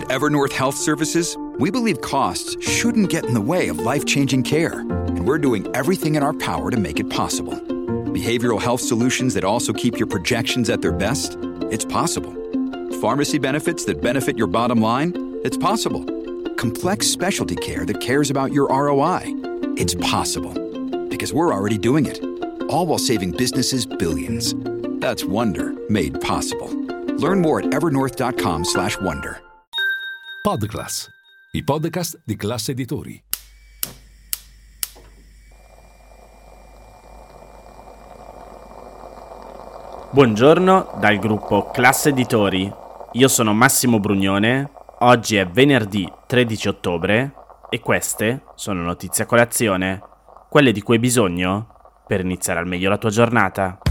Evernorth Health Services, we believe costs shouldn't get in the way of life-changing care, and we're doing everything in our power to make it possible. Behavioral health solutions that also keep your projections at their best? It's possible. Pharmacy benefits that benefit your bottom line? It's possible. Complex specialty care that cares about your ROI? It's possible. Because we're already doing it. All while saving businesses billions. That's Wonder made possible. Learn more at evernorth.com/wonder. Podclass, i podcast di Classe Editori. Buongiorno dal gruppo Classe Editori. Io sono Massimo Brugnone. Oggi è venerdì 13 ottobre e queste sono notizie a colazione, quelle di cui hai bisogno per iniziare al meglio la tua giornata.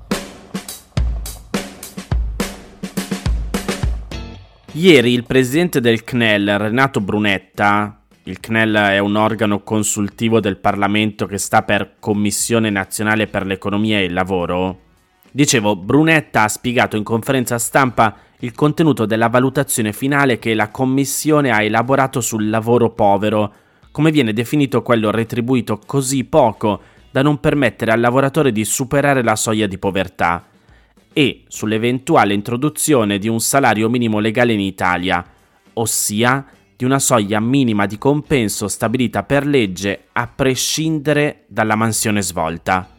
Ieri il presidente del CNEL, Renato Brunetta, il CNEL è un organo consultivo del Parlamento che sta per Commissione Nazionale per l'Economia e il Lavoro. Brunetta ha spiegato in conferenza stampa il contenuto della valutazione finale che la Commissione ha elaborato sul lavoro povero, come viene definito quello retribuito così poco da non permettere al lavoratore di superare la soglia di povertà, e sull'eventuale introduzione di un salario minimo legale in Italia, ossia di una soglia minima di compenso stabilita per legge a prescindere dalla mansione svolta.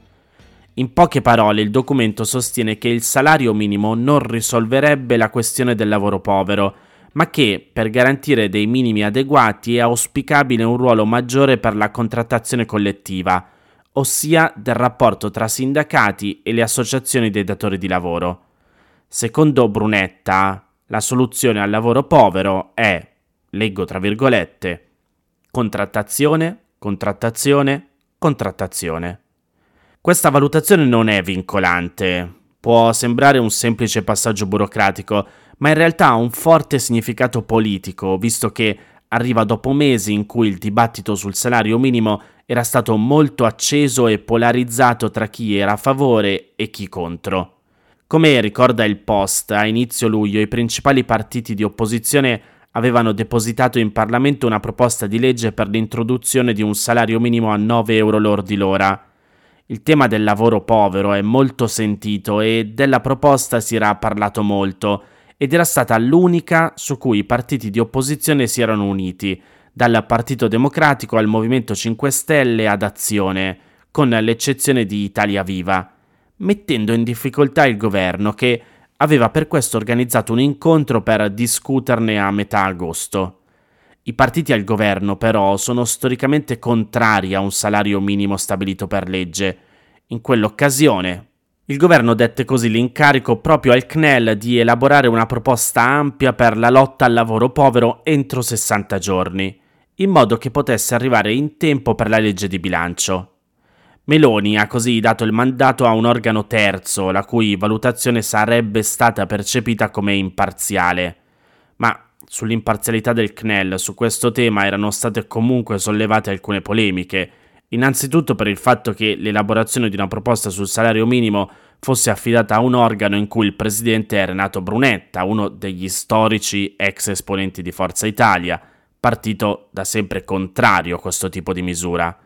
In poche parole, il documento sostiene che il salario minimo non risolverebbe la questione del lavoro povero, ma che, per garantire dei minimi adeguati, è auspicabile un ruolo maggiore per la contrattazione collettiva, ossia del rapporto tra sindacati e le associazioni dei datori di lavoro. Secondo Brunetta, la soluzione al lavoro povero è, leggo tra virgolette, contrattazione, contrattazione, contrattazione. Questa valutazione non è vincolante, può sembrare un semplice passaggio burocratico, ma in realtà ha un forte significato politico, visto che arriva dopo mesi in cui il dibattito sul salario minimo era stato molto acceso e polarizzato tra chi era a favore e chi contro. Come ricorda il Post, a inizio luglio i principali partiti di opposizione avevano depositato in Parlamento una proposta di legge per l'introduzione di un salario minimo a 9 euro lordi l'ora. Il tema del lavoro povero è molto sentito e della proposta si era parlato molto, ed era stata l'unica su cui i partiti di opposizione si erano uniti, dal Partito Democratico al Movimento 5 Stelle ad Azione, con l'eccezione di Italia Viva, mettendo in difficoltà il governo che aveva per questo organizzato un incontro per discuterne a metà agosto. I partiti al governo però sono storicamente contrari a un salario minimo stabilito per legge. In quell'occasione il governo dette così l'incarico proprio al CNEL di elaborare una proposta ampia per la lotta al lavoro povero entro 60 giorni, in modo che potesse arrivare in tempo per la legge di bilancio. Meloni ha così dato il mandato a un organo terzo, la cui valutazione sarebbe stata percepita come imparziale. Ma sull'imparzialità del CNEL su questo tema erano state comunque sollevate alcune polemiche, innanzitutto per il fatto che l'elaborazione di una proposta sul salario minimo fosse affidata a un organo in cui il presidente è Renato Brunetta, uno degli storici ex esponenti di Forza Italia, partito da sempre contrario a questo tipo di misura.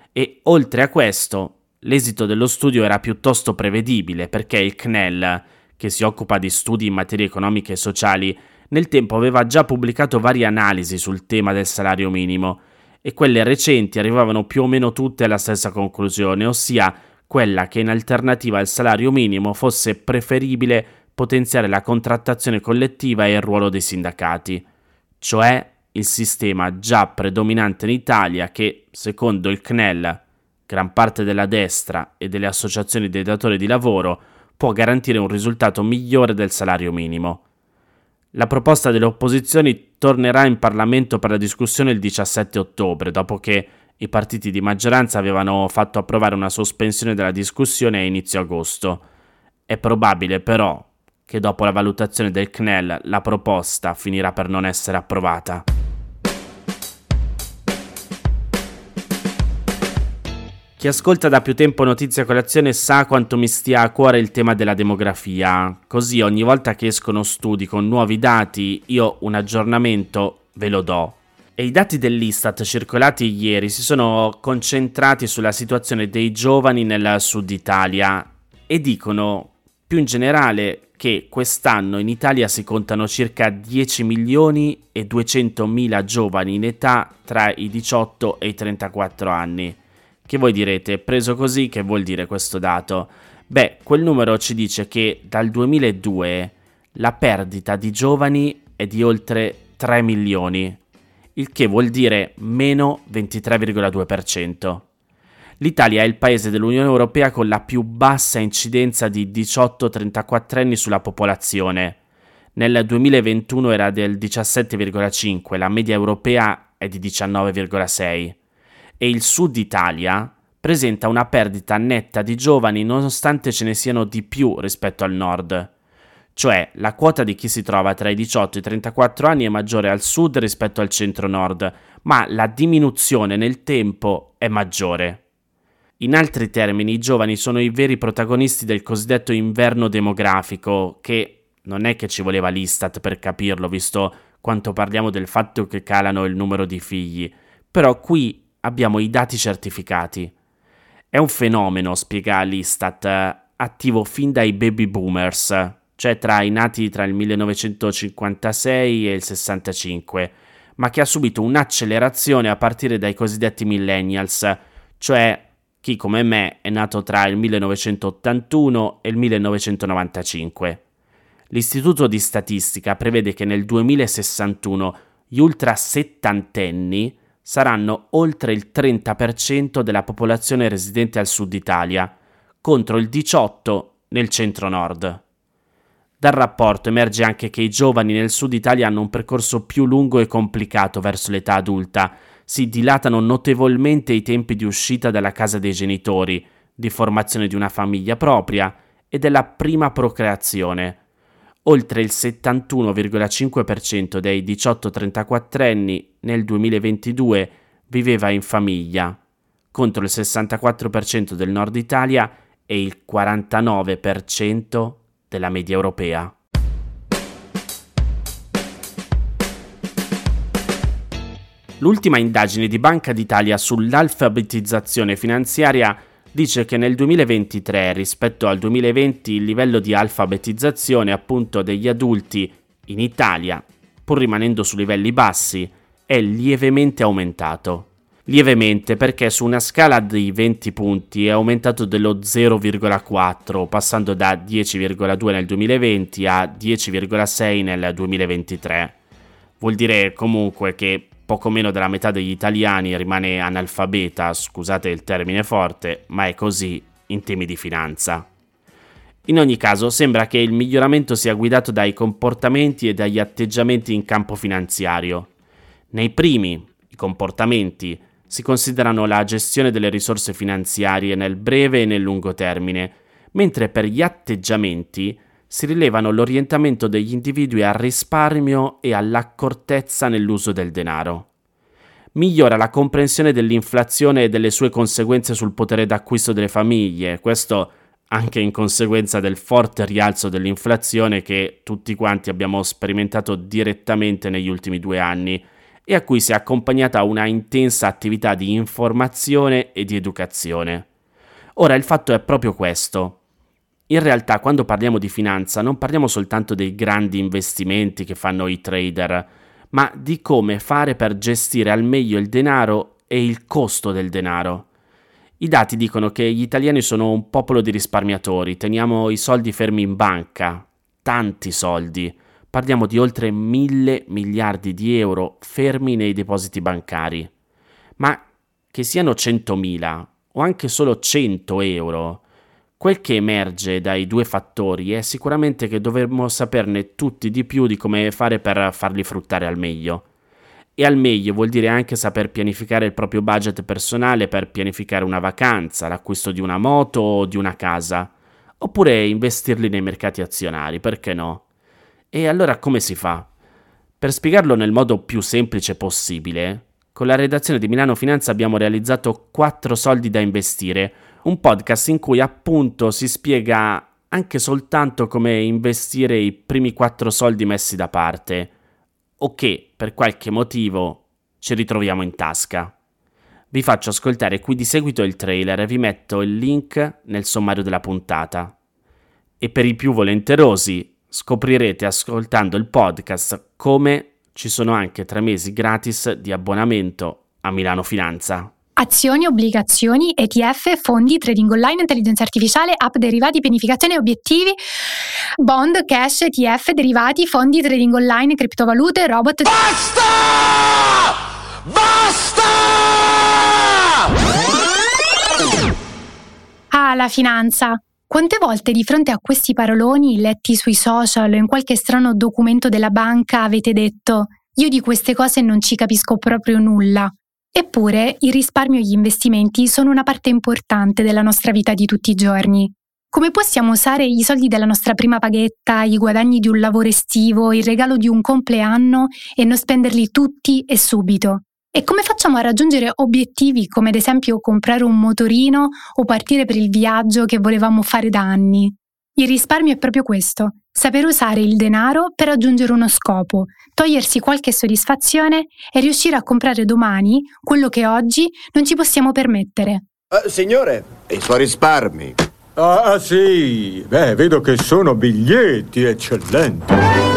E oltre a questo, l'esito dello studio era piuttosto prevedibile perché il CNEL, che si occupa di studi in materie economiche e sociali, nel tempo aveva già pubblicato varie analisi sul tema del salario minimo, e quelle recenti arrivavano più o meno tutte alla stessa conclusione, ossia quella che in alternativa al salario minimo fosse preferibile potenziare la contrattazione collettiva e il ruolo dei sindacati, cioè il sistema già predominante in Italia che, secondo il CNEL, gran parte della destra e delle associazioni dei datori di lavoro, può garantire un risultato migliore del salario minimo. La proposta delle opposizioni tornerà in Parlamento per la discussione il 17 ottobre, dopo che i partiti di maggioranza avevano fatto approvare una sospensione della discussione a inizio agosto. È probabile però che dopo la valutazione del CNEL la proposta finirà per non essere approvata. Chi ascolta da più tempo Notizia Colazione sa quanto mi stia a cuore il tema della demografia, così ogni volta che escono studi con nuovi dati io un aggiornamento ve lo do. E i dati dell'Istat circolati ieri si sono concentrati sulla situazione dei giovani nel sud Italia e dicono più in generale che quest'anno in Italia si contano circa 10 milioni e 200 mila giovani in età tra i 18 e i 34 anni. Che voi direte, preso così, che vuol dire questo dato? Beh, quel numero ci dice che dal 2002 la perdita di giovani è di oltre 3 milioni, il che vuol dire meno 23,2%. L'Italia è il paese dell'Unione Europea con la più bassa incidenza di 18-34 anni sulla popolazione. Nel 2021 era del 17,5, la media europea è di 19,6. E il Sud Italia presenta una perdita netta di giovani nonostante ce ne siano di più rispetto al Nord. Cioè, la quota di chi si trova tra i 18 e i 34 anni è maggiore al Sud rispetto al Centro-Nord, ma la diminuzione nel tempo è maggiore. In altri termini, i giovani sono i veri protagonisti del cosiddetto inverno demografico, che non è che ci voleva l'Istat per capirlo, visto quanto parliamo del fatto che calano il numero di figli, però qui abbiamo i dati certificati. È un fenomeno, spiega l'Istat, attivo fin dai baby boomers, cioè tra i nati tra il 1956 e il 65, ma che ha subito un'accelerazione a partire dai cosiddetti millennials, cioè chi come me è nato tra il 1981 e il 1995. L'Istituto di Statistica prevede che nel 2061 gli ultra settantenni saranno oltre il 30% della popolazione residente al sud Italia, contro il 18% nel centro-nord. Dal rapporto emerge anche che i giovani nel sud Italia hanno un percorso più lungo e complicato verso l'età adulta, si dilatano notevolmente i tempi di uscita dalla casa dei genitori, di formazione di una famiglia propria e della prima procreazione. Oltre il 71,5% dei 18-34enni nel 2022 viveva in famiglia, contro il 64% del nord Italia e il 49% della media europea. L'ultima indagine di Banca d'Italia sull'alfabetizzazione finanziaria dice che nel 2023 rispetto al 2020 il livello di alfabetizzazione appunto degli adulti in Italia, pur rimanendo su livelli bassi, è lievemente aumentato. Lievemente perché su una scala di 20 punti è aumentato dello 0,4, passando da 10,2 nel 2020 a 10,6 nel 2023. Vuol dire comunque che poco meno della metà degli italiani rimane analfabeta, scusate il termine forte, ma è così in temi di finanza. In ogni caso, sembra che il miglioramento sia guidato dai comportamenti e dagli atteggiamenti in campo finanziario. Nei primi, i comportamenti, si considerano la gestione delle risorse finanziarie nel breve e nel lungo termine, mentre per gli atteggiamenti si rilevano l'orientamento degli individui al risparmio e all'accortezza nell'uso del denaro. Migliora la comprensione dell'inflazione e delle sue conseguenze sul potere d'acquisto delle famiglie, questo anche in conseguenza del forte rialzo dell'inflazione che tutti quanti abbiamo sperimentato direttamente negli ultimi 2 anni e a cui si è accompagnata una intensa attività di informazione e di educazione. Ora il fatto è proprio questo. In realtà, quando parliamo di finanza, non parliamo soltanto dei grandi investimenti che fanno i trader, ma di come fare per gestire al meglio il denaro e il costo del denaro. I dati dicono che gli italiani sono un popolo di risparmiatori, teniamo i soldi fermi in banca, tanti soldi. Parliamo di oltre 1.000 miliardi di euro fermi nei depositi bancari. Ma che siano 100.000 o anche solo 100 euro, quel che emerge dai 2 fattori è sicuramente che dovremmo saperne tutti di più di come fare per farli fruttare al meglio. E al meglio vuol dire anche saper pianificare il proprio budget personale per pianificare una vacanza, l'acquisto di una moto o di una casa, oppure investirli nei mercati azionari, perché no? E allora come si fa? Per spiegarlo nel modo più semplice possibile, con la redazione di Milano Finanza abbiamo realizzato 4 soldi da investire, un podcast in cui appunto si spiega anche soltanto come investire i primi 4 soldi messi da parte, o che per qualche motivo ci ritroviamo in tasca. Vi faccio ascoltare qui di seguito il trailer e vi metto il link nel sommario della puntata. E per i più volenterosi scoprirete ascoltando il podcast come ci sono anche 3 mesi gratis di abbonamento a Milano Finanza. Azioni, obbligazioni, ETF, fondi, trading online, intelligenza artificiale, app, derivati, pianificazione, obiettivi, bond, cash, ETF, derivati, fondi, trading online, criptovalute, robot. Basta! Basta! Ah, la finanza. Quante volte di fronte a questi paroloni letti sui social o in qualche strano documento della banca avete detto «Io di queste cose non ci capisco proprio nulla». Eppure il risparmio e gli investimenti sono una parte importante della nostra vita di tutti i giorni. Come possiamo usare i soldi della nostra prima paghetta, i guadagni di un lavoro estivo, il regalo di un compleanno e non spenderli tutti e subito? E come facciamo a raggiungere obiettivi come ad esempio comprare un motorino o partire per il viaggio che volevamo fare da anni? Il risparmio è proprio questo, saper usare il denaro per raggiungere uno scopo, togliersi qualche soddisfazione e riuscire a comprare domani quello che oggi non ci possiamo permettere. Signore, i suoi risparmi. Ah sì, vedo che sono biglietti eccellenti.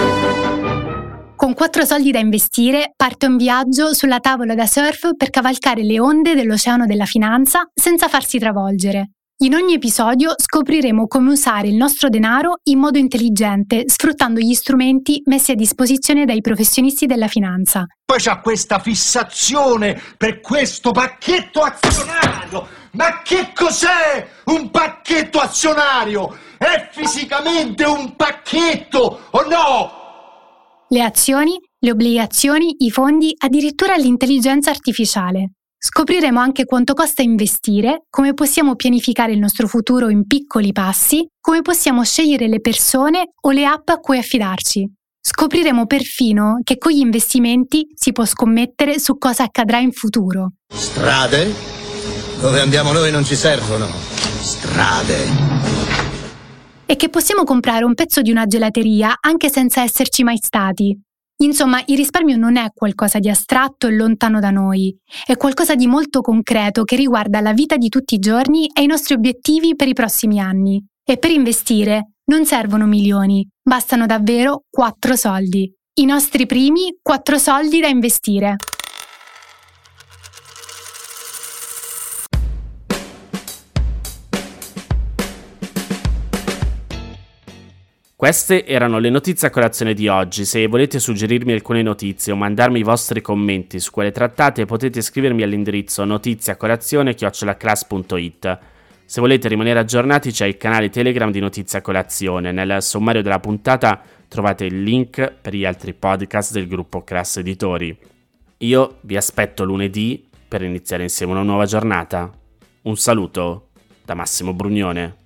Con 4 soldi da investire parte un viaggio sulla tavola da surf per cavalcare le onde dell'oceano della finanza senza farsi travolgere. In ogni episodio scopriremo come usare il nostro denaro in modo intelligente, sfruttando gli strumenti messi a disposizione dai professionisti della finanza. Poi c'ha questa fissazione per questo pacchetto azionario. Ma che cos'è un pacchetto azionario? È fisicamente un pacchetto o no? Le azioni, le obbligazioni, i fondi, addirittura l'intelligenza artificiale. Scopriremo anche quanto costa investire, come possiamo pianificare il nostro futuro in piccoli passi, come possiamo scegliere le persone o le app a cui affidarci. Scopriremo perfino che con gli investimenti si può scommettere su cosa accadrà in futuro. Strade? Dove andiamo noi non ci servono. Strade. E che possiamo comprare un pezzo di una gelateria anche senza esserci mai stati. Insomma, il risparmio non è qualcosa di astratto e lontano da noi, è qualcosa di molto concreto che riguarda la vita di tutti i giorni e i nostri obiettivi per i prossimi anni. E per investire non servono milioni, bastano davvero 4 soldi. I nostri primi 4 soldi da investire. Queste erano le notizie a colazione di oggi. Se volete suggerirmi alcune notizie o mandarmi i vostri commenti su quelle trattate, potete scrivermi all'indirizzo notiziacolazione@class.it. Se volete rimanere aggiornati c'è il canale Telegram di Notizia Colazione. Nel sommario della puntata trovate il link per gli altri podcast del gruppo Class Editori. Io vi aspetto lunedì per iniziare insieme una nuova giornata. Un saluto da Massimo Brugnone.